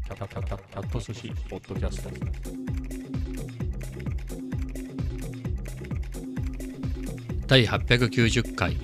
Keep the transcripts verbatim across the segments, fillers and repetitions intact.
キャキャキャキャキャット寿司ポッドキャスト。 第はっぴゃくきゅうじゅっかい。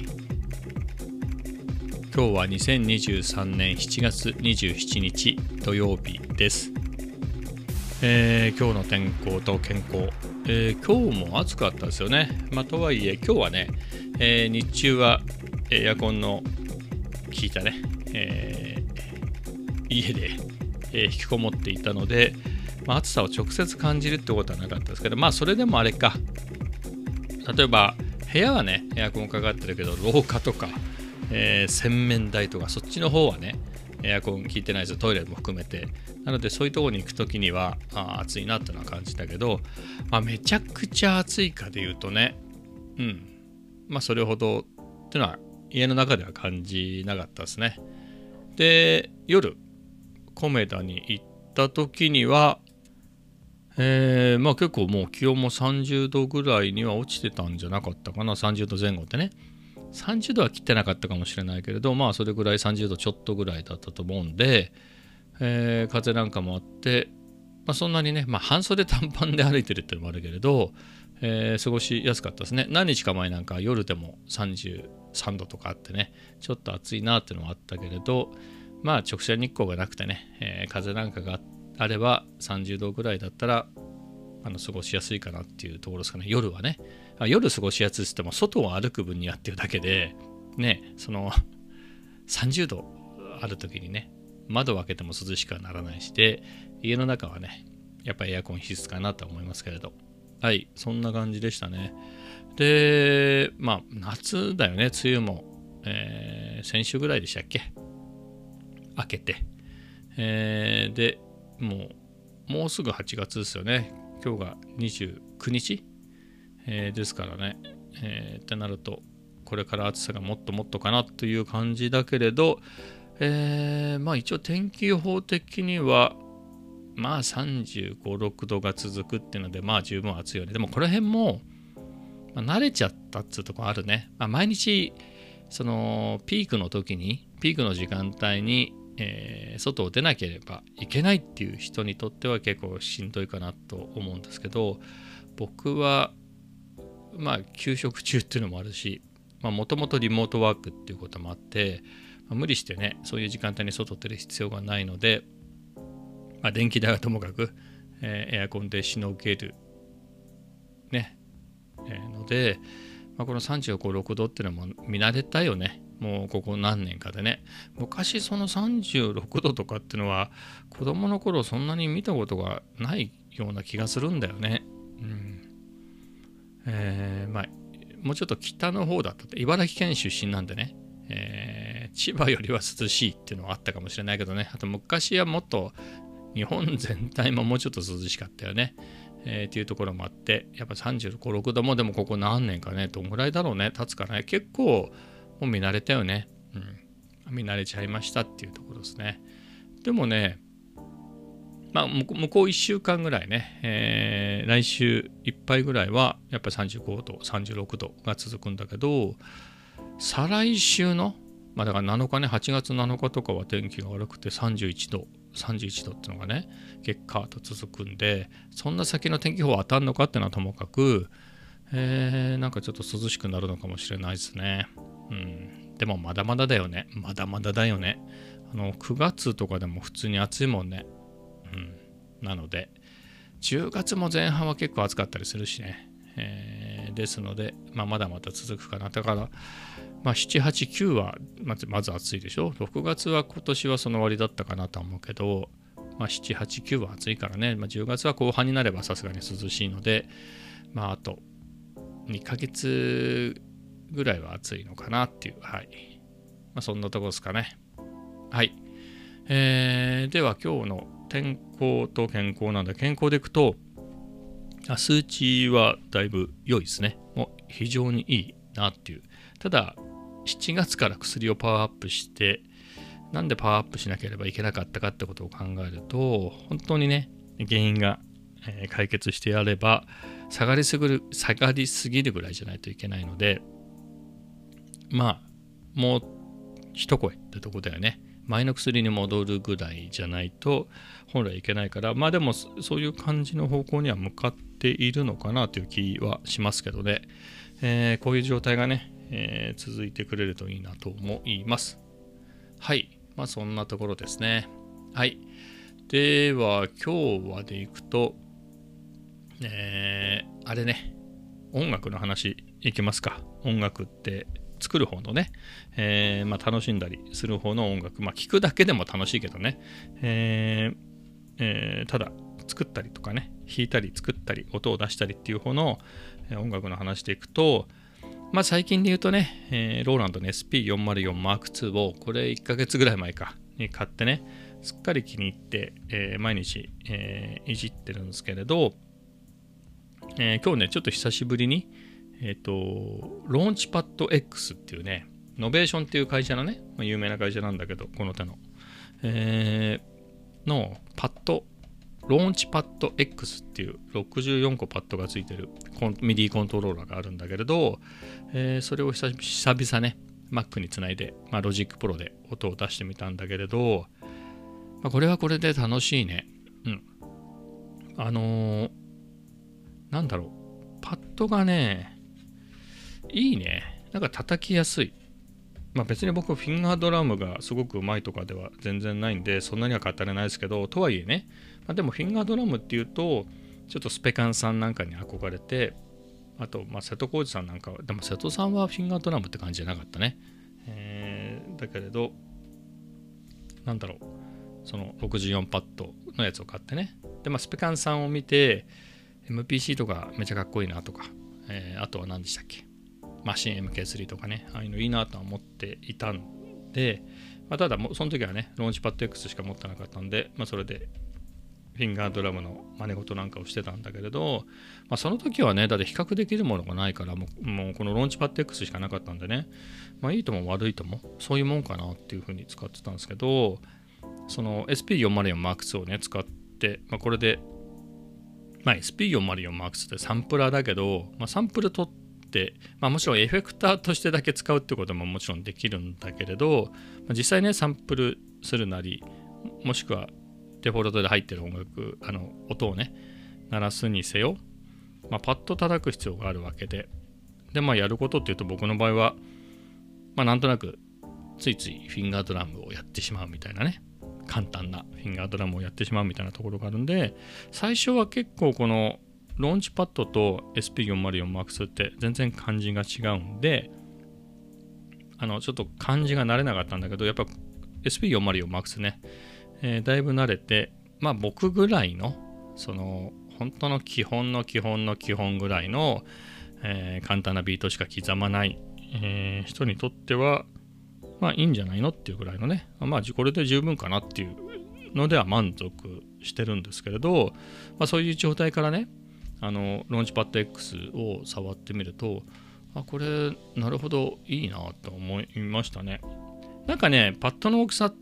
今日はにせんにじゅうさんねんしちがつにじゅうしちにち土曜日です。えー、今日の天候と健康、えー、今日も暑かったですよね。まあ、とはいえ今日はね、えー、日中はエアコンの効いたね、えー、家で、えー、引きこもっていたので、まあ、暑さを直接感じるってことはなかったですけど、まあそれでもあれか、例えば部屋はねエアコンかかってるけど廊下とか、えー、洗面台とかそっちの方はねエアコン効いてないですよ。トイレも含めて。なのでそういうところに行くときにはあ暑いなってのは感じたけど、まあ、めちゃくちゃ暑いかでいうとね、うんまあそれほどってのは家の中では感じなかったですね。で夜コメダに行った時には、えー、まあ結構もう気温もさんじゅうどぐらいには落ちてたんじゃなかったかな。さんじゅうどぜん後ってね、さんじゅうどは切ってなかったかもしれないけれど、まあそれぐらいさんじゅうどちょっとぐらいだったと思うんで、えー、風なんかもあって、まあ、そんなにね、まあ、半袖短パンで歩いてるっていうのもあるけれど、えー、過ごしやすかったですね。何日か前なんか夜でもさんじゅうさんどとかあってね、ちょっと暑いなっていうのはあったけれど、まあ直射日光がなくてね、えー、風なんかがあればさんじゅうどぐらいだったらあの過ごしやすいかなっていうところですかね。夜はね、あ夜過ごしやすいって言っても外を歩く分にはっていうだけでね、そのさんじゅうどある時にね窓を開けても涼しくはならないしで、家の中はねやっぱりエアコン必須かなと思いますけれど、はい、そんな感じでしたね。でまあ夏だよね。梅雨も、えー、先週ぐらいでしたっけ、明けて、えー、でもうもうすぐはちがつですよね。今日がにじゅうくにち、えー、ですからね、えー、ってなるとこれから暑さがもっともっとかなという感じだけれど、えー、まあ一応天気予報的にはまあさんじゅうご、ろくどが続くっていうので、まあ十分暑いよね。でもこの辺も、まあ、慣れちゃったっつうとこあるね。まあ、毎日そのピークの時にピークの時間帯に、えー、外を出なければいけないっていう人にとっては結構しんどいかなと思うんですけど、僕はまあ休職中っていうのもあるし、もともとリモートワークっていうこともあって、まあ、無理してねそういう時間帯に外出る必要がないので、まあ、電気代はともかく、えー、エアコンでしのげるね、えー、ので、まあ、このさんじゅうご、ろくどっていうのも見慣れたよね。もうここ何年かでね。昔そのさんじゅうろくどとかっていうのは子供の頃そんなに見たことがないような気がするんだよね。うんえー、まあもうちょっと北の方だったって、茨城県出身なんでね、えー、千葉よりは涼しいっていうのはあったかもしれないけどね。あと昔はもっと日本全体ももうちょっと涼しかったよね、えー、っていうところもあって、やっぱさんじゅうご、ろくどもでもここ何年かね、どんぐらいだろうね、経つかね、結構もう見慣れたよね。うん、見慣れちゃいましたっていうところですね。でもね、まあ、向こういっしゅうかんぐらいね、えー、来週いっぱいぐらいはやっぱりさんじゅうごど、さんじゅうろくどが続くんだけど、再来週の、まあだからなのかね、はちがつなのかとかは天気が悪くてさんじゅういちど、さんじゅういちどっていうのがね、月火と続くんで、そんな先の天気予報当たるのかっていうのはともかく、えー、なんかちょっと涼しくなるのかもしれないですね。うん。でもまだまだだよね。まだまだだよね。あの、くがつとかでも普通に暑いもんね。うん、なのでじゅうがつも前半は結構暑かったりするしね、えー、ですので、まあ、まだまだ続くかな。だから、まあ、しち、はち、きゅうはまずまず暑いでしょ。ろくがつは今年はその終わりだったかなと思うけど、まあ、しち、はち、きゅうは暑いからね、まあ、じゅうがつは後半になればさすがに涼しいので、まあ、あとにかげつぐらいは暑いのかなっていう、はい、まあ、そんなところですかね。はい、えー、では今日の天候と健康なんで、健康でいくと数値はだいぶ良いですね。もう非常にいいなっていう。ただしちがつから薬をパワーアップして、なんでパワーアップしなければいけなかったかってことを考えると、本当にね原因が解決してやれば下がりすぎる下がりすぎるぐらいじゃないといけないので、まあもう一声ってとこだよね。 前の薬に戻るぐらいじゃないと本来いけないから、まあでもそういう感じの方向には向かっているのかなという気はしますけどね、えー、こういう状態がね、えー、続いてくれるといいなと思います。はい、まあそんなところですね。はい、では今日はでいくと、えー、あれね、音楽の話いきますか。音楽って作る方のね、えーまあ、楽しんだりする方の音楽、まあ聞くだけでも楽しいけどね、えーえー、ただ作ったりとかね、弾いたり作ったり音を出したりっていう方の音楽の話でいくと、まあ最近で言うとね、えー、ローランドの エスピーよんまるよんマークツー をこれいっかげつぐらい前かに買ってね、すっかり気に入って、えー、毎日、えー、いじってるんですけれど、えー、今日ねちょっと久しぶりにえっとローンチパッド X っていうね、ノベーションっていう会社のね、まあ、有名な会社なんだけど、この手の、えー、のパッドローンチパッド X っていうろくじゅうよんこパッドがついてるミディコントローラーがあるんだけれど、えー、それを久々ね Mac につないで、まあ、Logic Pro で音を出してみたんだけれど、まあ、これはこれで楽しいね。うんあのー、なんだろう、パッドがねいいね。なんか叩きやすい。まあ別に僕フィンガードラムがすごくうまいとかでは全然ないんで、そんなには語れないですけど、とはいえね、まあ、でもフィンガードラムっていうとちょっとスペカンさんなんかに憧れて、あとまあ瀬戸康史さんなんかは、でも瀬戸さんはフィンガードラムって感じじゃなかったね。えー、だけれどなんだろう、そのろくじゅうよんパッドのやつを買ってね、でまあスペカンさんを見て エムピーシー とかめちゃかっこいいなとか、えー、あとは何でしたっけ、マシン エムケースリー とかね、ああいうのいいなとは思っていたんで、まあ、ただもうその時はねローンチパッド X しか持ってなかったんで、まあ、それでフィンガードラムの真似事なんかをしてたんだけれど、まあ、その時はねだって比較できるものがないから、もう、もうこのローンチパッド X しかなかったんでね、まあいいとも悪いともそういうもんかなっていう風に使ってたんですけど、その エスピーよんまるよんマークツー をね使って、まあ、これで、まあ、エスピーよんまるよんマークツー ってサンプラーだけど、まあ、サンプル取ってまあ、もちろんエフェクターとしてだけ使うってことももちろんできるんだけれど、まあ、実際ねサンプルするなり、もしくはデフォルトで入ってる音楽、あの音をね鳴らすにせよ、まあ、パッド叩く必要があるわけで、でまあやることっていうと、僕の場合はまあなんとなくついついフィンガードラムをやってしまうみたいなね、簡単なフィンガードラムをやってしまうみたいなところがあるんで、最初は結構このローンチパッドと エスピーよんまるよんマークツー って全然感じが違うんで、あのちょっと感じが慣れなかったんだけど、やっぱ エスピーよんまるよんマークツー ね、えー、だいぶ慣れて、まあ僕ぐらいのその本当の基本の基本の基本ぐらいの、えー、簡単なビートしか刻まない、えー、人にとってはまあいいんじゃないのっていうぐらいのね、まあこれで十分かなっていうのでは満足してるんですけれど、まあ、そういう状態からね、あのローンチパッド X を触ってみると、あこれなるほどいいなと思いましたね。なんかねパッドの大きさって、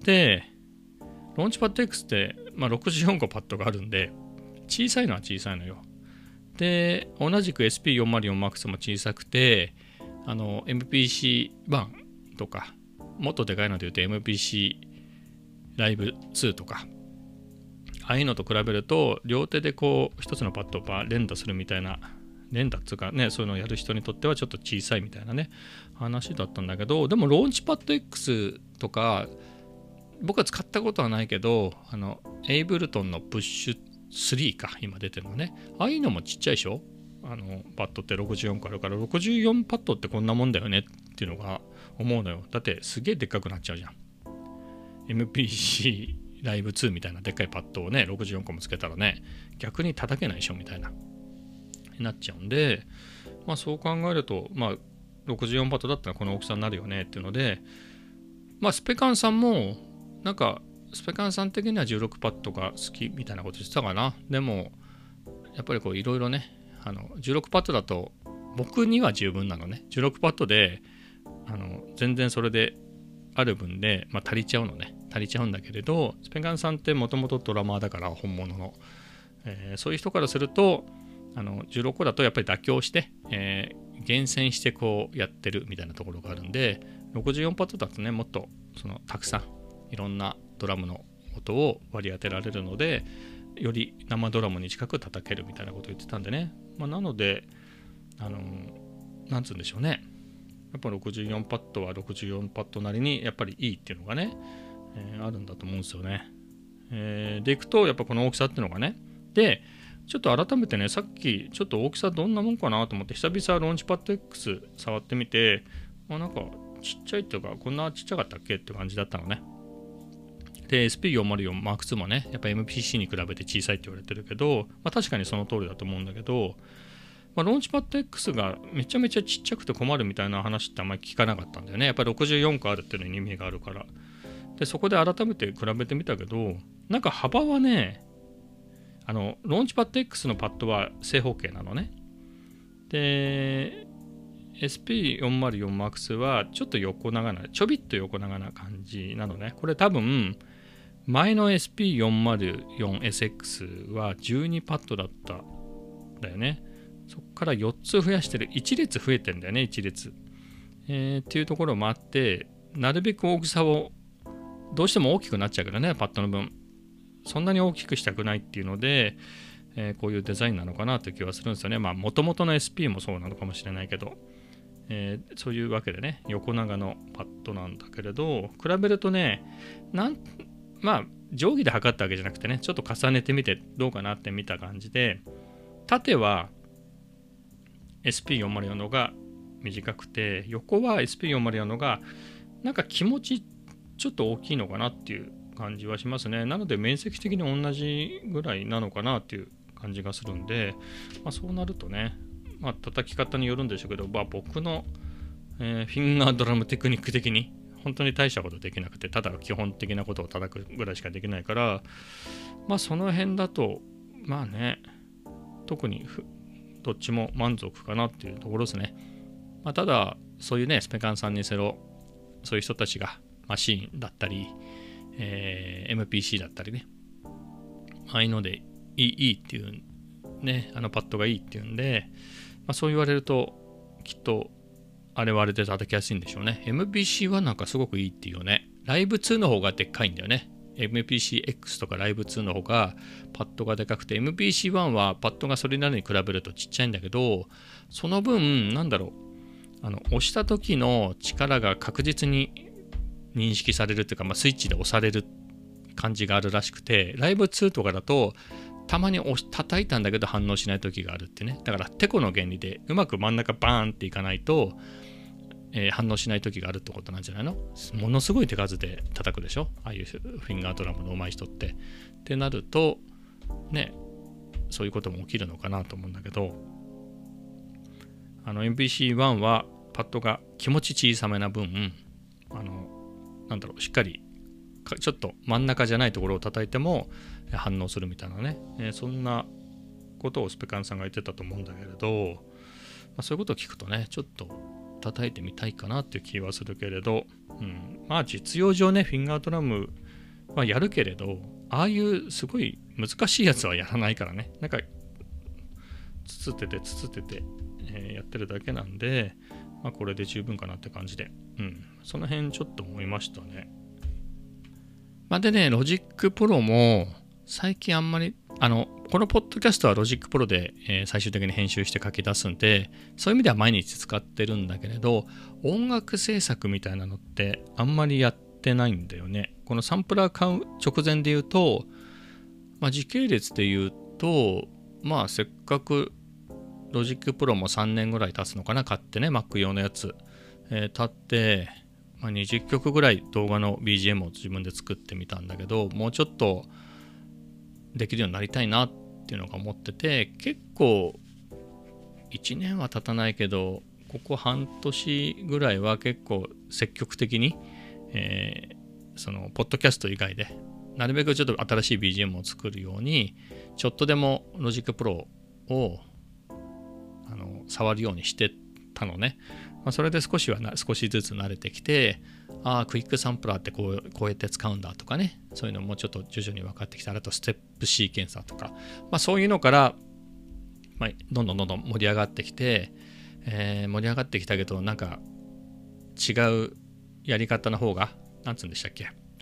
ローンチパッド X って、まあ、ろくじゅうよんこパッドがあるんで小さいのは小さいのよ。で同じく エスピーよんまるよんマークツー も小さくて、あの エムピーシーワン とかもっとでかいので言うと エムピーシー ライブツーとか、ああいうのと比べると両手でこう一つのパッドをバー連打するみたいな、連打っていうかね、そういうのをやる人にとってはちょっと小さいみたいなね話だったんだけど、でもローンチパッド X とか僕は使ったことはないけど、あのエイブルトンのプッシュスリーか今出てるのね、ああいうのもちっちゃいでしょ。あのパッドってろくじゅうよんこあるから、ろくじゅうよんパッドってこんなもんだよねっていうのが思うのよ。だってすげえでっかくなっちゃうじゃん。 エムピーシーライブツーみたいなでっかいパッドをねろくじゅうよんこもつけたらね、逆に叩けないでしょみたいなになっちゃうんで、まあそう考えると、まあろくじゅうよんパッドだったらこの大きさになるよねっていうので、まあスペカンさんもなんかスペカンさん的にはじゅうろくパッドが好きみたいなこと言ってたかな。でもやっぱりこういろいろね、あのじゅうろくパッドだと僕には十分なのね。じゅうろくパッドであの全然それである分で、まあ、足りちゃうのね足りちゃうんだけれど、スペカンさんってもともとドラマーだから本物の、えー、そういう人からするとあのじゅうろっこだとやっぱり妥協して、えー、厳選してこうやってるみたいなところがあるんで、ろくじゅうよんパッドだとねもっとそのたくさんいろんなドラムの音を割り当てられるので、より生ドラムに近く叩けるみたいなことを言ってたんでね、まあ、なのであのなんつうんでしょうね、やっぱろくじゅうよんパッドはろくじゅうよんパッドなりにやっぱりいいっていうのがね、えー、あるんだと思うんですよね。えー、でいくとやっぱこの大きさっていうのがね、でちょっと改めてね、さっきちょっと大きさどんなもんかなと思って久々ローンチパッド X 触ってみて、まあ、なんかちっちゃいっていうかこんなちっちゃかったっけって感じだったのね。で エスピーよんまるよんマークツー もねやっぱ エムピーシー に比べて小さいって言われてるけど、まあ、確かにその通りだと思うんだけど、まあ、ローンチパッド X がめちゃめちゃちっちゃくて困るみたいな話ってあんまり聞かなかったんだよね。やっぱりろくじゅうよんこあるっていうのに意味があるから。でそこで改めて比べてみたけど、なんか幅はね、あのローンチパッド X のパッドは正方形なのね。で エスピーよんまるよんマークツー はちょっと横長な、ちょびっと横長な感じなのね。これ多分前の エスピーよんまるよんエスエックス はじゅうにパッドだったんだよね。そこからよっつ増やしてる、いち列増えてんだよね、いち列、えー、っていうところもあって、なるべく大きさをどうしても大きくなっちゃうけどね、パッドの分そんなに大きくしたくないっていうので、えー、こういうデザインなのかなという気はするんですよね。まあもともとの エスピー もそうなのかもしれないけど、えー、そういうわけでね、横長のパッドなんだけれど、比べるとね、なんまあ定規で測ったわけじゃなくてね、ちょっと重ねてみてどうかなって見た感じで、縦は エスピーよんまるよん のが短くて、横は エスピーよんまるよん のがなんか気持ちちょっと大きいのかなっていう感じはしますね。なので面積的に同じぐらいなのかなっていう感じがするんで、まあ、そうなるとね、まあ叩き方によるんでしょうけど、まあ、僕の、えー、フィンガードラムテクニック的に本当に大したことできなくて、ただ基本的なことを叩くぐらいしかできないから、まあその辺だとまあね、特にどっちも満足かなっていうところですね。まあ、ただそういうね、スペカンさんにせろそういう人たちがマシーンだったり、えー、エムピーシー だったりね、ああいうのでいい、いいっていうね、あのパッドがいいっていうんで、まあ、そう言われるときっとあれはあれで叩きやすいんでしょうね。 エムピーシー はなんかすごくいいっていうよね。ライブツーの方がでっかいんだよね。 エムピーシーエックス とかライブツーの方がパッドがでかくて、 エムピーシーワン はパッドがそれなりに比べるとちっちゃいんだけど、その分なんだろう、あの押した時の力が確実に認識されるというか、まあ、スイッチで押される感じがあるらしくて、ライブツーとかだとたまに押し叩いたんだけど反応しない時があるってね。だからテコの原理でうまく真ん中バーンっていかないと、えー、反応しない時があるってことなんじゃないの。ものすごい手数で叩くでしょ、ああいうフィンガードラムの上手い人って。ってなるとね、そういうことも起きるのかなと思うんだけど、あの エムピーシーワン はパッドが気持ち小さめな分、あのなんだろう、しっかりちょっと真ん中じゃないところを叩いても反応するみたいなね、えー、そんなことをスペカンさんが言ってたと思うんだけれど、まあ、そういうことを聞くとね、ちょっと叩いてみたいかなっていう気はするけれど、うん、まあ実用上ね、フィンガードラムはやるけれど、ああいうすごい難しいやつはやらないからね、なんかつつっててつつってて、えー、やってるだけなんで、まあ、これで十分かなって感じで、うん、その辺ちょっと思いましたね。まあ、でね、ロジックプロも最近あんまり、あの、このポッドキャストはロジックプロで、えー、最終的に編集して書き出すんで、そういう意味では毎日使ってるんだけれど、音楽制作みたいなのってあんまりやってないんだよね。このサンプラー買う直前で言うと、まあ、時系列で言うと、まあせっかくロジックプロもさんねんぐらい経つのかな、買ってね、Mac 用のやつ、えー、経って、まあ、にじゅっきょくぐらい動画の ビージーエム を自分で作ってみたんだけど、もうちょっとできるようになりたいなっていうのが思ってて、結構いちねんは経たないけど、ここ半年ぐらいは結構積極的に、えー、そのポッドキャスト以外でなるべくちょっと新しい ビージーエム を作るように、ちょっとでもロジックプロをあの触るようにしてたのね。まあ、それで少しはな少しずつ慣れてきて、ああクイックサンプラーってこうこうやって使うんだとかね、そういうのもちょっと徐々に分かってきた。あとステップシーケンサーとか、まあ、そういうのから、まあ、どんどんどんどん盛り上がってきて、えー、盛り上がってきたけど、なんか違うやり方の方が、なんつうんでしたっけ、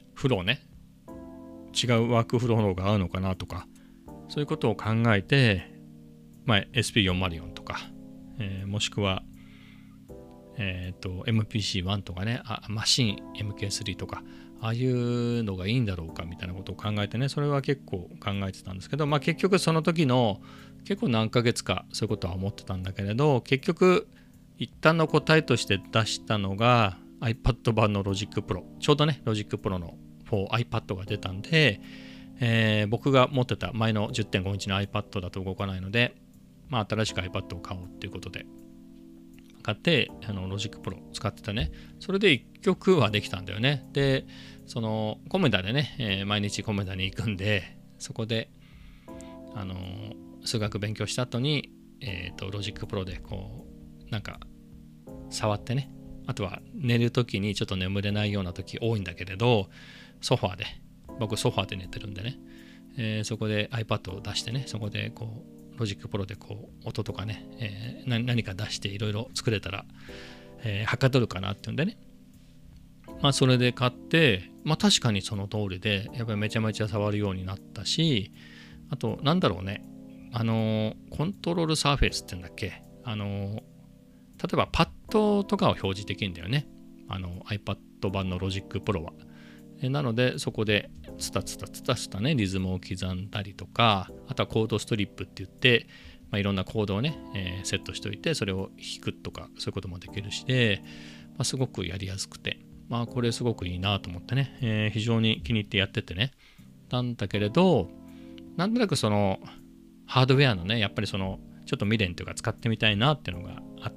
フローね、違うワークフローが合うのかなとか、そういうことを考えて、まあ、エスピーよんまるよん とか、えー、もしくは、えー、と エムピーシーワン とかね、あマシン エムケースリー とか、ああいうのがいいんだろうかみたいなことを考えてね、それは結構考えてたんですけど、まあ、結局その時の結構何ヶ月かそういうことは思ってたんだけれど、結局一旦の答えとして出したのが iPad 版の Logic Pro、 ちょうどね Logic Pro の for iPad が出たんで、えー、僕が持ってた前の じゅってんごインチの iPad だと動かないので、まあ、新しく iPad を買おうっていうことで買ってあの Logic Pro 使ってたね。それでいっきょくはできたんだよね。でそのコメダでね、えー、毎日コメダに行くんで、そこであのー、数学勉強した後に、えーと、Logic Pro でこうなんか触ってね、あとは寝るときにちょっと眠れないような時多いんだけれど、ソファーで、僕ソファーで寝てるんでね、えー、そこで iPad を出してね、そこでこうLogic Pro でこう音とかね、えー、何か出していろいろ作れたら、えー、はかどるかなっていうんでね、まあそれで買って、まあ確かにその通りで、やっぱりめちゃめちゃ触るようになったし、あとなんだろうね、あのコントロールサーフェイスって言うんだっけ、あの例えばパッドとかを表示できるんだよね、あの iPad 版の Logic Pro は。なのでそこでツタツタツタツタねリズムを刻んだりとか、あとはコードストリップって言って、まあ、いろんなコードをね、えー、セットしておいてそれを弾くとか、そういうこともできるしで、まあ、すごくやりやすくて、まあこれすごくいいなと思ってね、えー、非常に気に入ってやっててね、なんだけれど、なんとなくそのハードウェアのね、やっぱりそのちょっと未練というか使ってみたいなっていうのがあって、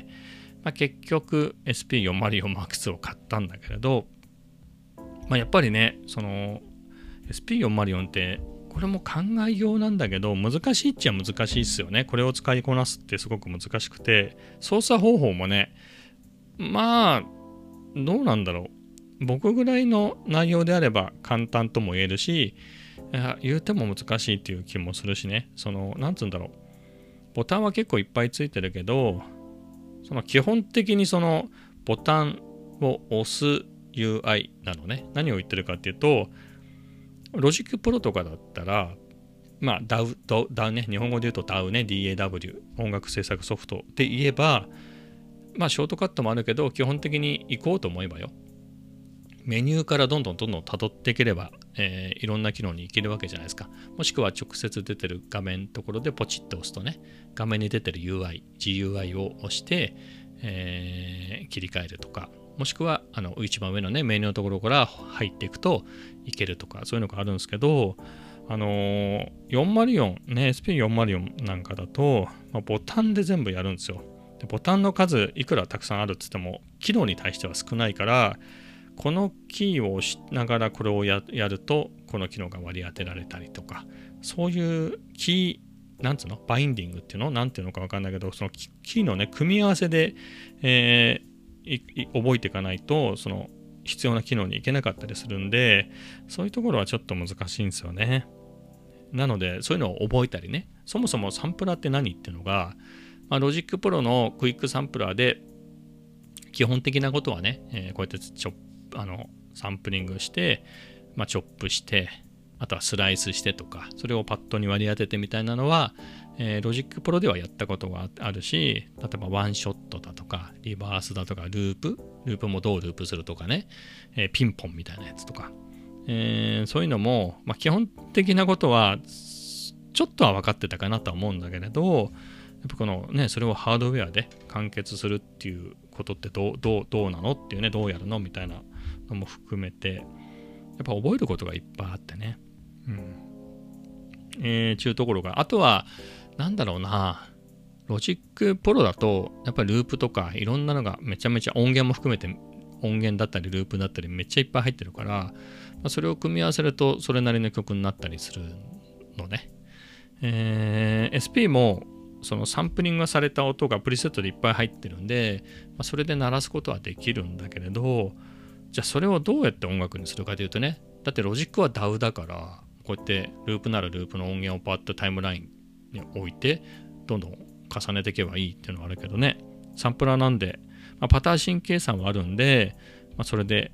まあ、結局 エスピーよんまるよんマックス を買ったんだけれど、まあ、やっぱりね、その エスピーよんまるよん ってこれも考えようなんだけど、難しいっちゃ難しいっすよね。これを使いこなすってすごく難しくて、操作方法もね、まあどうなんだろう、僕ぐらいの内容であれば簡単とも言えるし、言うても難しいっていう気もするしね、そのなんつうんだろう、ボタンは結構いっぱいついてるけど、その基本的にそのボタンを押す ユーアイ なのね。何を言ってるかっていうと、Logic Pro とかだったら、まあ ダウ、ダウ ね、日本語で言うと ダウ ね、ディーエーダブリュー、音楽制作ソフトで言えば、まあショートカットもあるけど、基本的に行こうと思えばよ、メニューからどんどんどんどん辿っていければ、えー、いろんな機能に行けるわけじゃないですか。もしくは直接出てる画面のところでポチッと押すとね、画面に出てる ユーアイ、ジーユーアイ を押して、えー、切り替えるとか、もしくはあの一番上のねメニューのところから入っていくといけるとか、そういうのがあるんですけど、あのー、よんまるよんね、エスピーよんまるよん なんかだと、まあ、ボタンで全部やるんですよ。でボタンの数いくらたくさんあるっつっても機能に対しては少ないから、このキーを押しながらこれを や, やるとこの機能が割り当てられたりとか、そういうキーなんつうのバインディングっていうのなんていうのか分かんないけど、そのキーのね組み合わせで、えー覚えていかないとその必要な機能に行けなかったりするんで、そういうところはちょっと難しいんですよね。なのでそういうのを覚えたりね、そもそもサンプラーって何っていうのが、まあ、Logic Pro のクイックサンプラーで基本的なことはね、えー、こうやってチョップあのサンプリングして、まあ、チョップして、あとはスライスしてとか、それをパッドに割り当ててみたいなのは、えー、Logic Pro ではやったことがあるし、例えばワンショットだとか、リバースだとか、ループ、ループもどうループするとかね、えー、ピンポンみたいなやつとか、えー、そういうのも、まあ、基本的なことはちょっとは分かってたかなとは思うんだけれど、やっぱこのね、それをハードウェアで完結するっていうことってどう、どう、どうなのっていうね、どうやるのみたいなのも含めて、やっぱ覚えることがいっぱいあってね。うん。えー、ちゅうところが、あとは、なんだろうな、Logic Pro だと、やっぱりループとかいろんなのがめちゃめちゃ音源も含めて音源だったりループだったりめっちゃいっぱい入ってるから、まあ、それを組み合わせるとそれなりの曲になったりするのね。えー、エスピー もそのサンプリングがされた音がプリセットでいっぱい入ってるんで、まあ、それで鳴らすことはできるんだけれど、じゃあそれをどうやって音楽にするかというとね、だってロジックは ダウ だから、こうやってループならループの音源をパッとタイムラインに置いてどんどん重ねていけばいいっていうのはあるけどね、サンプラーなんで、まあ、パターシン計算はあるんで、まあ、それで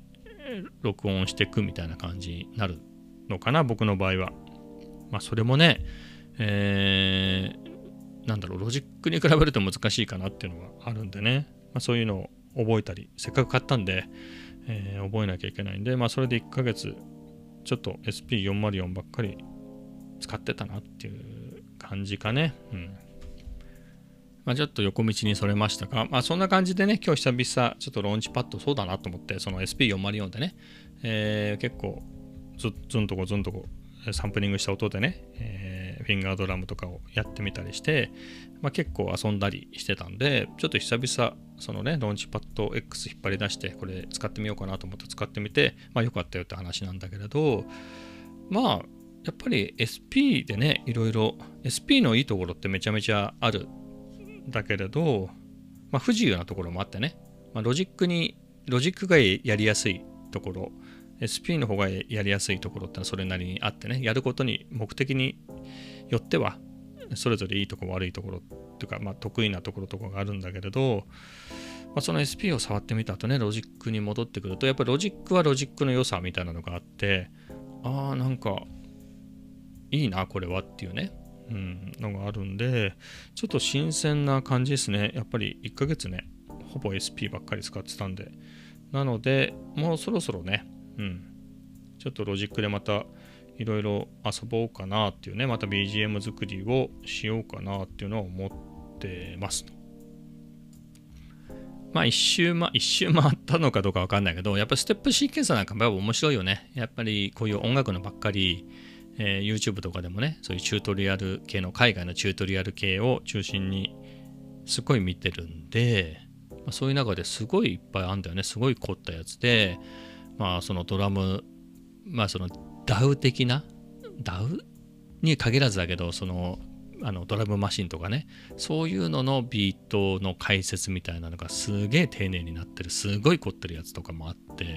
録音していくみたいな感じになるのかな、僕の場合は。まあそれもね、えー、なんだろう、ロジックに比べると難しいかなっていうのがあるんでね、まあ、そういうのを覚えたり、せっかく買ったんで、えー、覚えなきゃいけないんで、まあそれでいっかげつちょっと エスピーよんまるよん ばっかり使ってたなっていう感じかね。うん。まあ、ちょっと横道にそれましたが、まあそんな感じでね、今日久々ちょっとローンチパッドそうだなと思って、その エスピーよんまるよん でね、えー、結構ずずんとこずんとこサンプリングした音でね、えー、フィンガードラムとかをやってみたりして、まあ、結構遊んだりしてたんで、ちょっと久々そのねローンチパッド X 引っ張り出してこれ使ってみようかなと思って使ってみて、まあ良かったよって話なんだけれど、まあやっぱり エスピー でね、いろいろ エスピー のいいところってめちゃめちゃあるんだけれど、まあ不自由なところもあってね、まあ、ロジックにロジックがやりやすいところ、エスピー の方がやりやすいところってのはそれなりにあってね、やることに目的によってはそれぞれいいところ悪いところっていうか、まあ、得意なところとかがあるんだけれど、まあ、その エスピー を触ってみた後ね、ロジックに戻ってくると、やっぱりロジックはロジックの良さみたいなのがあって、ああなんかいいなこれはっていうね、うん、のがあるんで、ちょっと新鮮な感じですね。やっぱりいっかげつね、ほぼ エスピー ばっかり使ってたんで、なのでもうそろそろね、うん、ちょっとロジックでまたいろいろ遊ぼうかなっていうね、また ビージーエム 作りをしようかなっていうのを思ってますと。まあ一周、ま、一周回ったのかどうかわかんないけど、やっぱステップシーケンサーなんかやっぱ面白いよね。やっぱりこういう音楽のばっかり、えー、YouTube とかでもね、そういうチュートリアル系の、海外のチュートリアル系を中心にすごい見てるんで、まあ、そういう中ですごいいっぱいあるんだよね。すごい凝ったやつで、まあそのドラム、まあその ダウ 的な ダウ に限らずだけど、そのあのドラムマシンとかね、そういうののビートの解説みたいなのがすげえ丁寧になってる、すごい凝ってるやつとかもあって、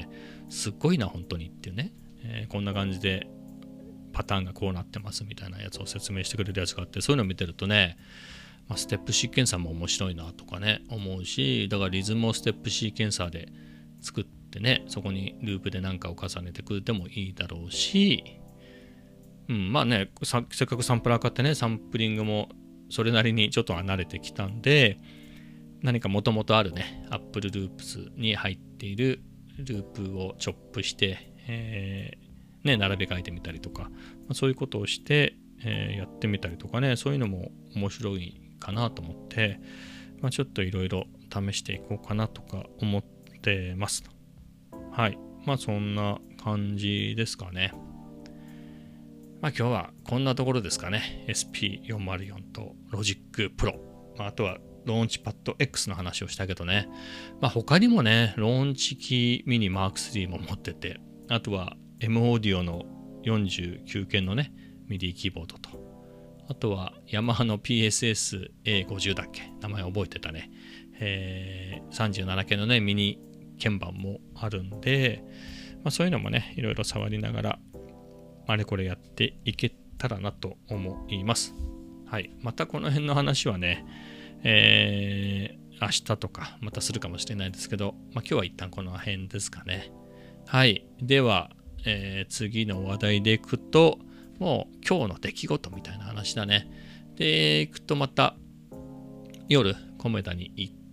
すっごいな本当にっていうね、えー、こんな感じでパターンがこうなってますみたいなやつを説明してくれるやつがあって、そういうのを見てるとね、まあ、ステップシーケンサーも面白いなとかね思うし、だからリズムをステップシーケンサーで作ってね、そこにループで何かを重ねてくれてもいいだろうし、うん、まあね、せっかくサンプラー買ってね、サンプリングもそれなりにちょっとは慣れてきたんで、何かもともとあるね Apple Loops に入っているループをチョップして、えーね、並べ替えてみたりとか、まあ、そういうことをして、えー、やってみたりとかね、そういうのも面白いかなと思って、まあ、ちょっといろいろ試していこうかなとか思ってますと。はい。まあそんな感じですかね。まあ今日はこんなところですかね。エスピーよんまるよん と Logic Pro。まあ、あとはローンチパッド X の話をしたけどね。まあ他にもね、ローンチキーミニマークスリーも持ってて、あとは M オーディオのよんじゅうきゅうけんのね、ミディキーボードと、あとはヤマハの ピーエスエスエーごじゅう だっけ、名前覚えてたね。えー、さんじゅうななけんのね、ミニ鍵盤もあるんで、まあ、そういうのもね、いろいろ触りながら、あれこれやっていけたらなと思います。はい。またこの辺の話はね、えー、明日とかまたするかもしれないですけど、まあ、今日は一旦この辺ですかね。はい。では、えー、次の話題でいくと、もう今日の出来事みたいな話だね。で、いくとまた夜、コメダに行って、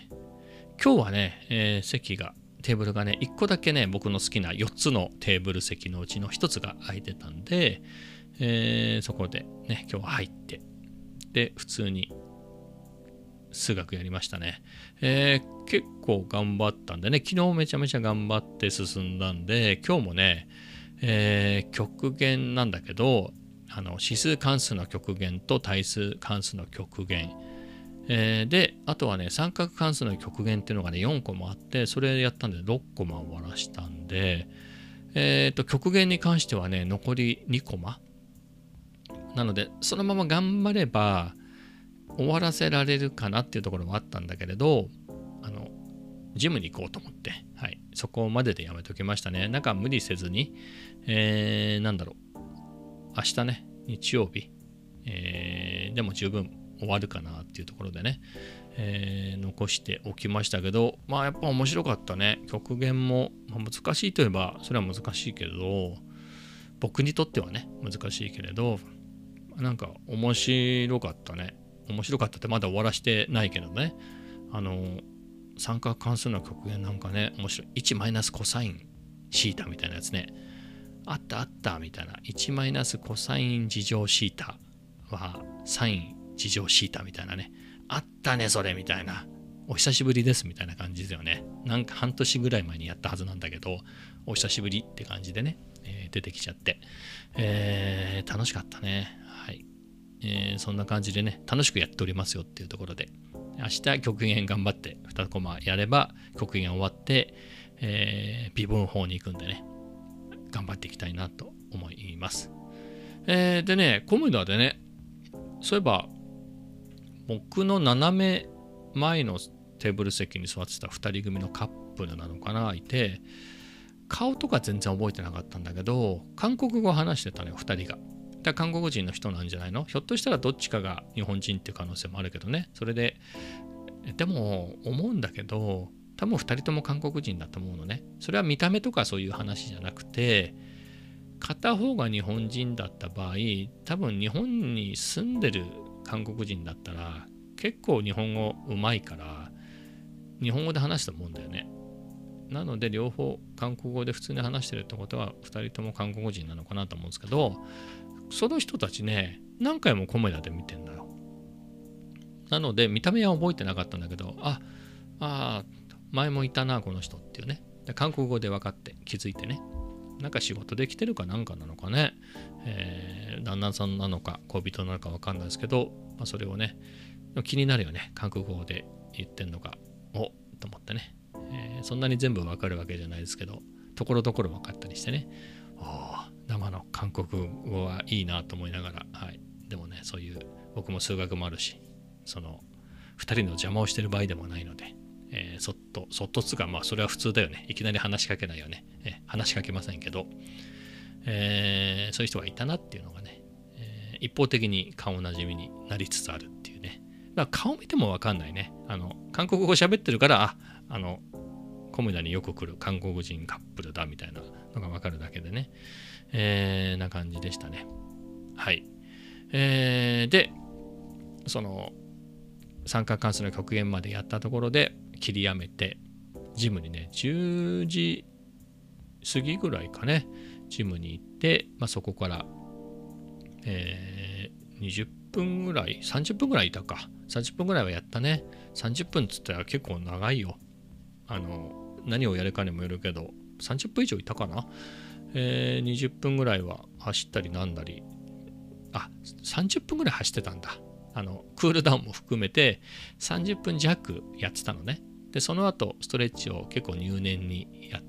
今日はね、えー、席が、テーブルがね、いっこだけね、僕の好きなよっつのテーブル席のうちのひとつが空いてたんで、えー、そこでね、今日は入って、で、普通に数学やりましたね。えー、結構頑張ったんでね、昨日めちゃめちゃ頑張って進んだんで、今日もね、えー、極限なんだけど、あの指数関数の極限と対数関数の極限、えー、であとはね三角関数の極限っていうのがねよんこもあって、それやったんでろっコマ終わらしたんで、えーと極限に関してはね残りにコマなので、そのまま頑張れば終わらせられるかなっていうところもあったんだけれど、あのジムに行こうと思って、はい、そこまででやめときましたね。なんか無理せずに、えー、なんだろう、明日ね、日曜日、えー、でも十分終わるかなっていうところでね、えー、残しておきましたけど、まあやっぱ面白かったね。極限も、まあ、難しいといえばそれは難しいけど、僕にとってはね難しいけれど、なんか面白かったね。面白かったってまだ終わらしてないけどね、あの三角関数の極限なんかね面白い。いちマイナスコサインシータみたいなやつね、あったあったみたいな。いちマイナスコサイン事乗シータはサイン事乗シータみたいなね、あったねそれみたいな、お久しぶりですみたいな感じですよね。なんか半年ぐらい前にやったはずなんだけど、お久しぶりって感じでね、えー、出てきちゃって、えー、楽しかったね。はい、えー、そんな感じでね楽しくやっておりますよっていうところで、明日極限頑張ってにコマやれば極限終わって、えー、微分法に行くんでね頑張っていきたいなと思います。えー、でねコムダでね、そういえば僕の斜め前のテーブル席に座ってたふたり組のカップルなのかないて、顔とか全然覚えてなかったんだけど韓国語を話してたのよふたりが。だ韓国人の人なんじゃないの？ひょっとしたらどっちかが日本人っていう可能性もあるけどね。それででも思うんだけど多分ふたりとも韓国人だと思うのね。それは見た目とかそういう話じゃなくて、片方が日本人だった場合、多分日本に住んでる韓国人だったら結構日本語うまいから日本語で話すと思うんだよね。なので両方韓国語で普通に話してるってことはふたりとも韓国人なのかなと思うんですけど、その人たちね何回もコメダで見てんだよ。なので見た目は覚えてなかったんだけど、ああ前もいたなこの人っていうね、で韓国語で分かって気づいてね、なんか仕事できてるかなんかなのかね、えー、旦那さんなのか恋人なのか分かんないですけど、まあ、それをね気になるよね、韓国語で言ってんのかおと思ってね、えー、そんなに全部分かるわけじゃないですけどところどころ分かったりしてね、お生の韓国語はいいなと思いながら、はい、でもねそういう僕も数学もあるし、そのふたりの邪魔をしてる場合でもないので、えー、そっとそっとつかまあそれは普通だよね、いきなり話しかけないよね、えー、話しかけませんけど、えー、そういう人がいたなっていうのがね、えー、一方的に顔なじみになりつつあるっていうね。だから顔見ても分かんないね、あの韓国語喋ってるから、ああのコメダによく来る韓国人カップルだみたいなのが分かるだけでね、えー、な感じでしたね。はい、えー、でその三角関数の極限までやったところで切りやめてジムにねじゅうじ過ぎぐらいかねジムに行って、まあ、そこから、えー、にじゅっぷんぐらいさんじゅっぷんぐらいいたか、さんじゅっぷんぐらいはやったね。さんじゅっぷんっつったら結構長いよ。あの何をやるかにもよるけどさんじゅっぷん以上いたかな、えー、にじゅっぷんぐらいは走ったりなんだり、あさんじゅっぷんぐらい走ってたんだ。あのクールダウンも含めてさんじゅっぷん弱やってたのね。でその後ストレッチを結構入念にやって、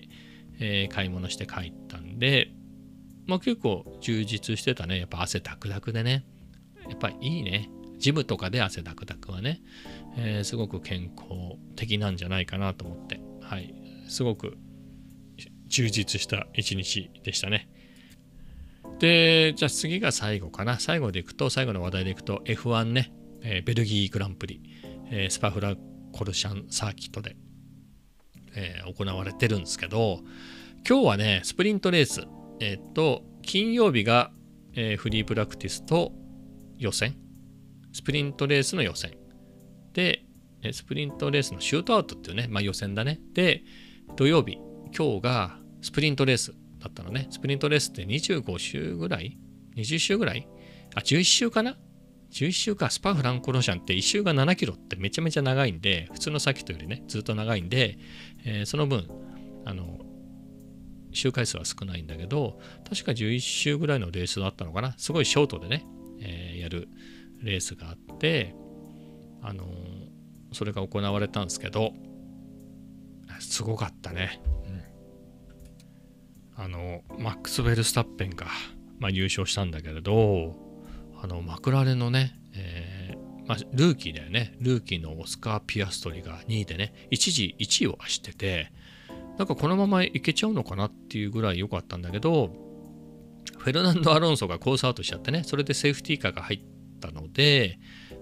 えー、買い物して帰ったんで、まあ結構充実してたね。やっぱ汗ダクダクでね、やっぱりいいね。ジムとかで汗ダクダクはね、えー、すごく健康的なんじゃないかなと思って、はい、すごく充実した一日でしたね。で、じゃあ次が最後かな。最後でいくと、最後の話題でいくと エフワン ね、えー、ベルギーグランプリ、えー、スパフラコルシャンサーキットで、えー、行われてるんですけど、今日はね、スプリントレース、えー、っと、金曜日が、えー、フリープラクティスと予選、スプリントレースの予選。で、スプリントレースのシュートアウトっていうね、まあ予選だね。で、土曜日、今日がスプリントレースだったのね。スプリントレースってにじゅうご周ぐらい ?にじゅう 周ぐらいあ、じゅういち周かな ?じゅういち 周か。スパフランコロシャンっていち周がななキロってめちゃめちゃ長いんで、普通のサーキットよりね、ずっと長いんで、えー、その分、あの、周回数は少ないんだけど、確かじゅういち周ぐらいのレースだったのかな。すごいショートでね、えー、やるレースがあって、あのー、それが行われたんですけど、すごかったね。うん、あのマックス・ベルスタッペンが、まあ、優勝したんだけれど、あのマクラーレンのね、えーまあ、ルーキーだよね。ルーキーのオスカー・ピアストリがにいでね、一時いちいを走ってて、なんかこのままいけちゃうのかなっていうぐらい良かったんだけど、フェルナンド・アロンソがコースアウトしちゃってね、それでセーフティーカーが入ったので、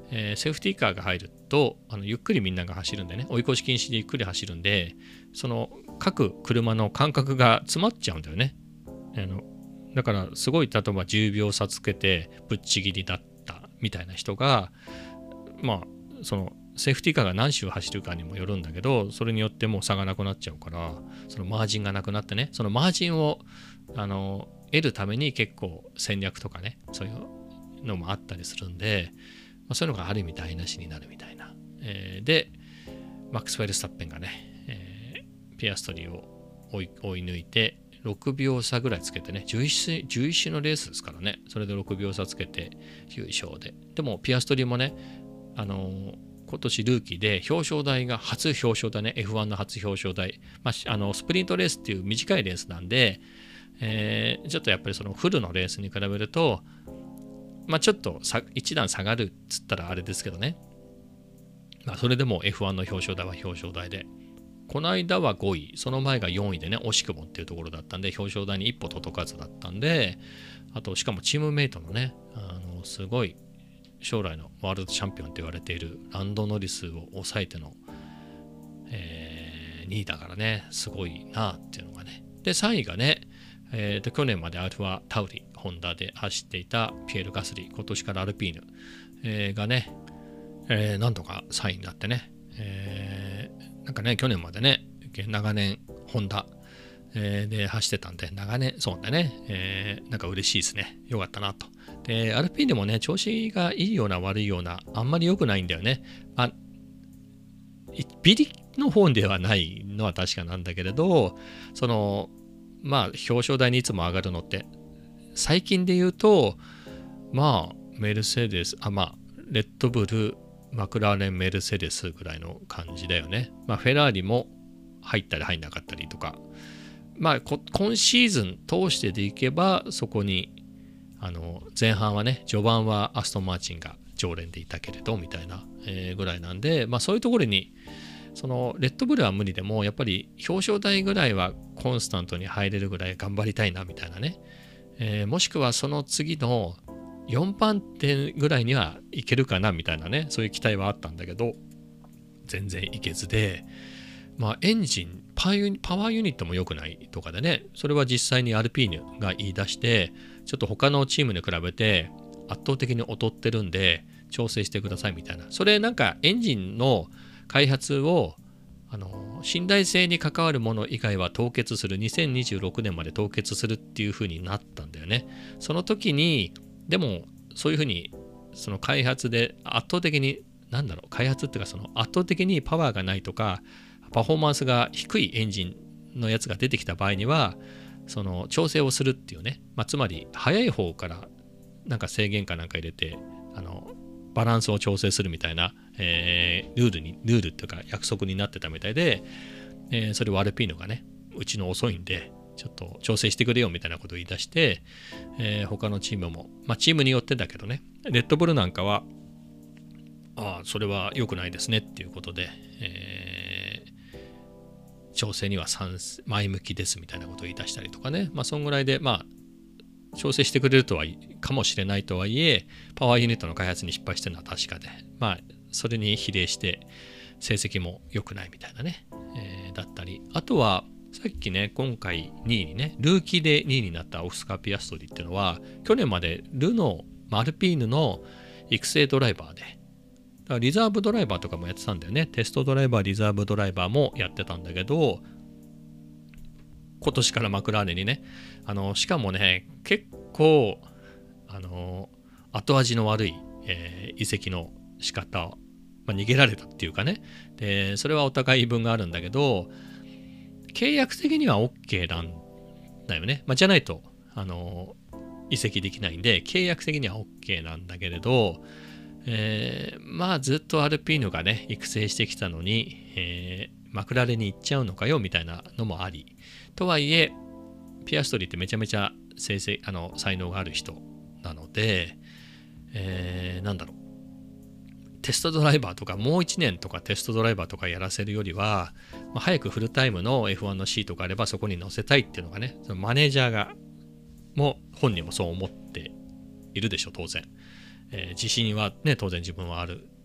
えー、セーフティーカーが入るとあのゆっくりみんなが走るんでね、追い越し禁止でゆっくり走るんで、その各車の間隔が詰まっちゃうんだよね。あのだからすごい、例えばじゅうびょう差つけてぶっちぎりだったみたいな人が、まあそのセーフティーカーが何周走るかにもよるんだけど、それによってもう差がなくなっちゃうから、そのマージンがなくなってね、そのマージンをあの得るために結構戦略とかね、そういうのもあったりするんで、まあ、そういうのがある意味台無しになるみたいな。えー、で、マックス・フェルスタッペンがね、えー、ピアストリーを追い、追い抜いて、ろくびょう差ぐらいつけてね、じゅういち周のレースですからね、それでろくびょう差つけて優勝で。でも、ピアストリーもね、あのー、今年ルーキーで表彰台が初表彰台ね、エフワン の初表彰台。まあ、あのスプリントレースっていう短いレースなんで、えー、ちょっとやっぱりそのフルのレースに比べると、まあちょっと一段下がるっつったらあれですけどね。まあそれでも エフワン の表彰台は表彰台で。この間はごい、その前がよんいでね、惜しくもっていうところだったんで、表彰台に一歩届かずだったんで、あとしかもチームメイトのね、あのすごい将来のワールドチャンピオンって言われているランド・ノリスを抑えての、えー、にいだからね、すごいなっていうのがね。で、さんいがね、えー、と去年までアルファ・タウリ、ホンダで走っていたピエール・ガスリー、今年からアルピーヌ、えー、がね、えー、なんとかさんいになってね、えー、なんかね、去年までね、長年、ホンダ、えー、で走ってたんで、長年、そうだね、えー、なんか嬉しいですね。よかったなと。で、アルピーヌもね、調子がいいような悪いような、あんまり良くないんだよね。まあ、ビリの方ではないのは確かなんだけれど、その、まあ、表彰台にいつも上がるのって、最近で言うと、まあ、メルセデス、あ、まあ、レッドブル、マクラーレン、メルセデスぐらいの感じだよね。まあ、フェラーリも入ったり入んなかったりとか、まあ、今シーズン通してでいけば、そこに、あの、前半はね、序盤はアストン・マーチンが常連でいたけれど、みたいな、えー、ぐらいなんで、まあ、そういうところに、そのレッドブルは無理でもやっぱり表彰台ぐらいはコンスタントに入れるぐらい頑張りたいなみたいなね、えー、もしくはその次のよんばんてぐらいにはいけるかなみたいなね、そういう期待はあったんだけど全然いけずで、まあエンジンパワーユニットも良くないとかでね、それは実際にアルピーヌが言い出してちょっと他のチームに比べて圧倒的に劣ってるんで調整してくださいみたいな、それなんかエンジンの開発をあの信頼性に関わるもの以外は凍結する、にせんにじゅうろくねんまで凍結するっていう風になったんだよね。その時にでもそういう風にその開発で圧倒的になんだろう開発っていうかその圧倒的にパワーがないとかパフォーマンスが低いエンジンのやつが出てきた場合にはその調整をするっていうね、まあ、つまり速い方からなんか制限かなんか入れてあのバランスを調整するみたいな、えー、ルールにルールっていうか約束になってたみたいで、えー、それをアルピーノがねうちの遅いんでちょっと調整してくれよみたいなことを言い出して、えー、他のチームもまあチームによってだけどね、レッドブルなんかはああそれは良くないですねっていうことで、えー、調整には前向きですみたいなことを言い出したりとかね、まあそんぐらいでまあ調整してくれるとはかもしれないとはいえパワーユニットの開発に失敗してるのは確かで、まあそれに比例して成績も良くないみたいなね、えー、だったり、あとはさっきね今回にいにねルーキーでにいになったオスカー・ピアストリっていうのは去年までルノーアルピーヌの育成ドライバーで、だからリザーブドライバーとかもやってたんだよね。テストドライバーリザーブドライバーもやってたんだけど今年からマクラーレンにね、あのしかもね結構あの後味の悪い、えー、移籍の仕方を、まあ、逃げられたっていうかね、でそれはお互い言い分があるんだけど契約的には OK なんだよね、まあ、じゃないとあの移籍できないんで契約的には OK なんだけれど、えー、まあずっとアルピーヌがね育成してきたのに、えー、マクラーレンに行っちゃうのかよみたいなのもあり、とはいえピアストリーってめちゃめちゃ成績あの才能がある人なので、えー、なんだろうテストドライバーとかもういちねんとかテストドライバーとかやらせるよりは、まあ、早くフルタイムの エフワン のシートがあればそこに乗せたいっていうのがね、そのマネージャーがも本人もそう思っているでしょ当然、えー、自信はね当然自分はある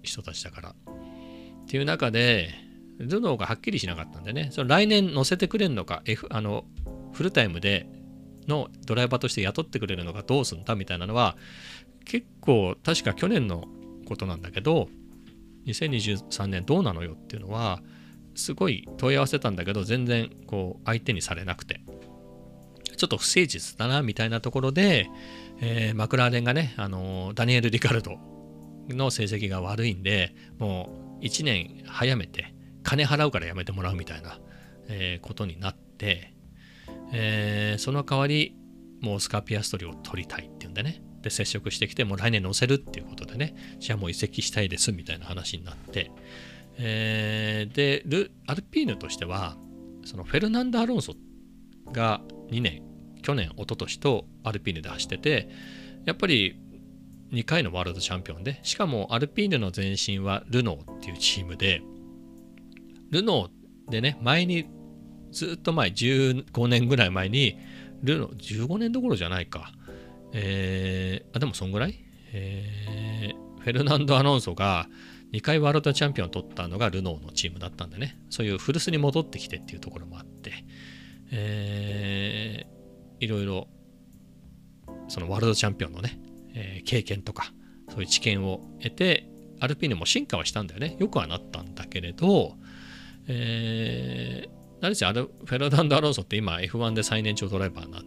人たちだからっていう中でルノーがはっきりしなかったんでね、その来年乗せてくれるのか、F、あのフルタイムでのドライバーとして雇ってくれるのかどうすんだみたいなのは結構確か去年のことなんだけど、にせんにじゅうさんねんどうなのよっていうのはすごい問い合わせたんだけど、全然こう相手にされなくて、ちょっと不誠実だなみたいなところで、えーマクラーレンがね、あのダニエル・リカルドの成績が悪いんで、もういちねん早めて金払うからやめてもらうみたいな、えーことになって、えーその代わりもうオスカー・ピアストリを取りたいっていうんでね、で接触してきて、もう来年乗せるっていうことでね、じゃあもう移籍したいですみたいな話になって、えーでルアルピーヌとしてはそのフェルナンド・アロンソがにねん、去年一昨年とアルピーヌで走ってて、やっぱりにかいのワールドチャンピオンで、しかもアルピーヌの前身はルノーっていうチームで、ルノーでね、前にずっと前じゅうごねんぐらい前にルノーじゅうごねんどころじゃないか、えー、あでもそんぐらい、えー、フェルナンド・アロンソがにかいワールドチャンピオンを取ったのがルノーのチームだったんでね、そういう古巣に戻ってきてっていうところもあって、えー、いろいろそのワールドチャンピオンのね、えー経験とかそういう知見を得て、アルピーヌも進化はしたんだよね。よくはなったんだけれど、えー、何せアルフェルナンド・アロンソって今 エフワン で最年長ドライバーになって、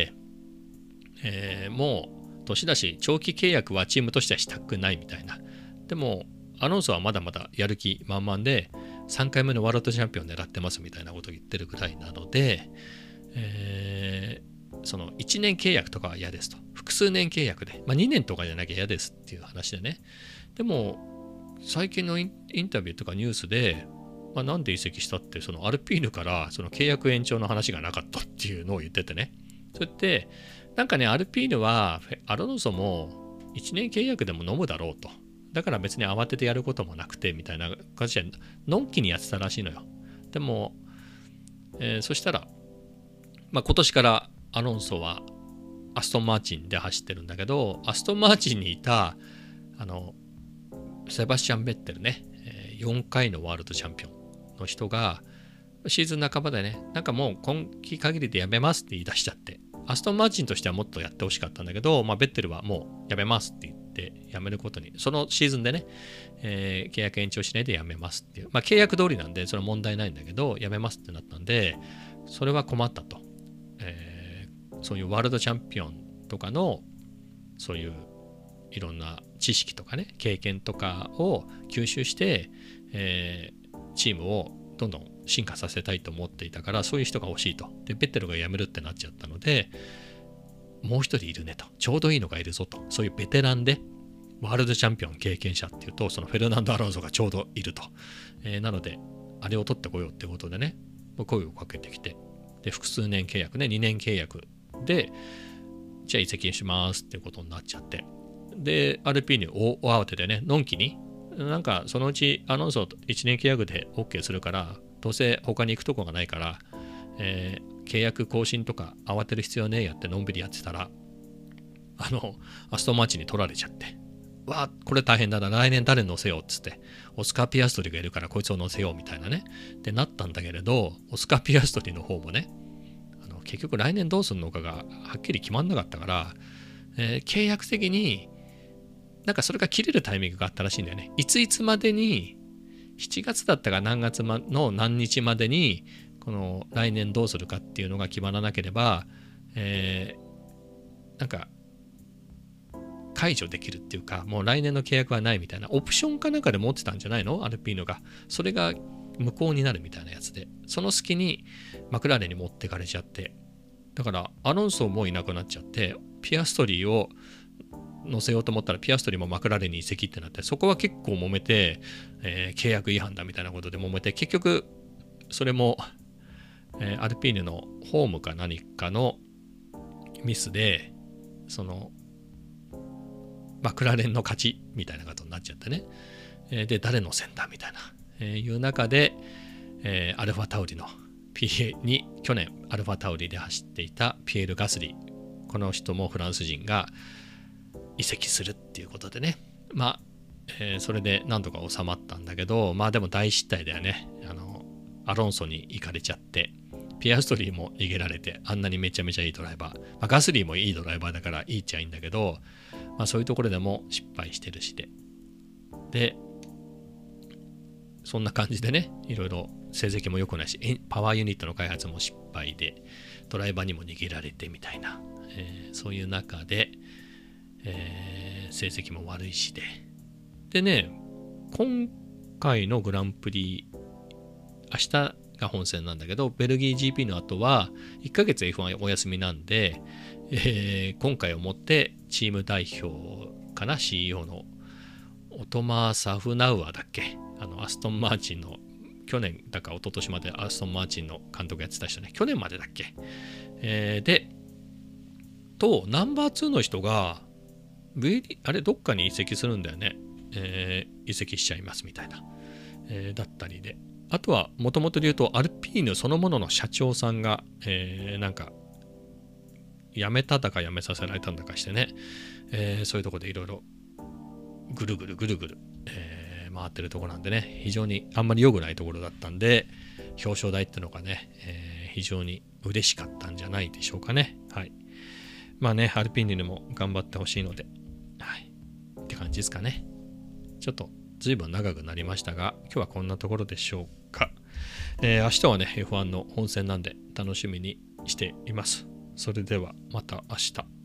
えー、もう年だし長期契約はチームとしてはしたくないみたいな。でもアロンソはまだまだやる気満々でさんかいめのワールドチャンピオン狙ってますみたいなことを言ってるぐらいなので、えーそのいちねん契約とかは嫌ですと。複数年契約で、まあ、にねんとかじゃなきゃ嫌ですっていう話でね。でも最近のイン、インタビューとかニュースで、まあ、なんで移籍したって、そのアルピーヌからその契約延長の話がなかったっていうのを言っててね。それってなんかね、アルピーヌはアロンソもいちねん契約でも飲むだろうと。だから別に慌ててやることもなくてみたいな感じでのんきにやってたらしいのよ。でも、えー、そしたら、まあ、今年からアロンソはアストンマーチンで走ってるんだけど、アストンマーチンにいたあのセバスチャン・ベッテルね、よんかいのワールドチャンピオンの人がシーズン半ばでね、なんかもう今季限りでやめますって言い出しちゃって、アストンマーチンとしてはもっとやってほしかったんだけど、まあ、ベッテルはもうやめますって言ってやめることに、そのシーズンでね、えー、契約延長しないでやめますっていう、まあ、契約通りなんでそれは問題ないんだけど、やめますってなったんで、それは困ったと。えーそういうワールドチャンピオンとかのそういういろんな知識とかね、経験とかを吸収して、えー、チームをどんどん進化させたいと思っていたから、そういう人が欲しいと。でベッテルが辞めるってなっちゃったので、もう一人いるねと、ちょうどいいのがいるぞと。そういうベテランでワールドチャンピオン経験者っていうと、そのフェルナンド・アロンソがちょうどいると、えー、なのであれを取ってこようってことでね、声をかけてきて、で複数年契約ね、にねん契約で、じゃあ移籍しますってことになっちゃって、でアルピーヌ大慌てでね、のんきになんかそのうちアロンソいちねん契約で OK するから、どうせ他に行くとこがないから、えー、契約更新とか慌てる必要ねえやってのんびりやってたら、あのアストンマーチンに取られちゃって、わあこれ大変だな、来年誰乗せようっつって、オスカー・ピアストリがいるからこいつを乗せようみたいなねってなったんだけれど、オスカー・ピアストリの方もね、結局来年どうするのかがはっきり決まんなかったから、えー、契約的になんかそれが切れるタイミングがあったらしいんだよね。いついつまでに、しちがつだったか何月の何日までにこの来年どうするかっていうのが決まらなければ、えー、なんか解除できるっていうか、もう来年の契約はないみたいなオプションかなんかで持ってたんじゃないの、アルピーノが。それが無効になるみたいなやつで、その隙にマクラーレンに持ってかれちゃって、だからアロンソもいなくなっちゃって、ピアストリーを乗せようと思ったらピアストリーもマクラーレンに移籍ってなって、そこは結構揉めて、えー、契約違反だみたいなことで揉めて、結局それも、えー、アルピーヌのホームか何かのミスで、そのマクラーレンの勝ちみたいなことになっちゃってね、えー、で誰のせんだみたいな、えー、いう中で、えー、アルファタウリの ピー に去年アルファタウリで走っていたピエール・ガスリー、この人もフランス人が移籍するっていうことでね、まあえー、それで何とか収まったんだけど、まあでも大失態だよね。あのアロンソに行かれちゃって、ピアストリーも逃げられて、あんなにめちゃめちゃいいドライバー、まあ、ガスリーもいいドライバーだからいいっちゃいいんだけど、まあ、そういうところでも失敗してるしで、でそんな感じでね、いろいろ成績も良くないし、パワーユニットの開発も失敗で、ドライバーにも逃げられてみたいな、えー、そういう中で、えー、成績も悪いしで。でね、今回のグランプリ、明日が本戦なんだけど、ベルギー ジーピー の後はいっかげつ エフワン お休みなんで、えー、今回をもってチーム代表かな、シーイーオー のオトマー・サフナウアーだっけ、あのアストン・マーチンの去年だか一昨年までアストン・マーチンの監督やってた人ね、去年までだっけ、えー、でとナンバーツーの人が ブイディー あれどっかに移籍するんだよね、えー、移籍しちゃいますみたいな、えー、だったりで、あとはもともとで言うとアルピーヌそのものの社長さんが、えー、なんか辞めただか辞めさせられたんだかしてね、えー、そういうところでいろいろぐるぐるぐるぐる、えー、回ってるところなんでね、非常にあんまり良くないところだったんで、表彰台っていうのがね、えー、非常に嬉しかったんじゃないでしょうかね。はい。まあね、アルピーヌにも頑張ってほしいので、はい。って感じですかね。ちょっと随分長くなりましたが、今日はこんなところでしょうか。えー、明日はね、エフワン の本戦なんで楽しみにしています。それではまた明日。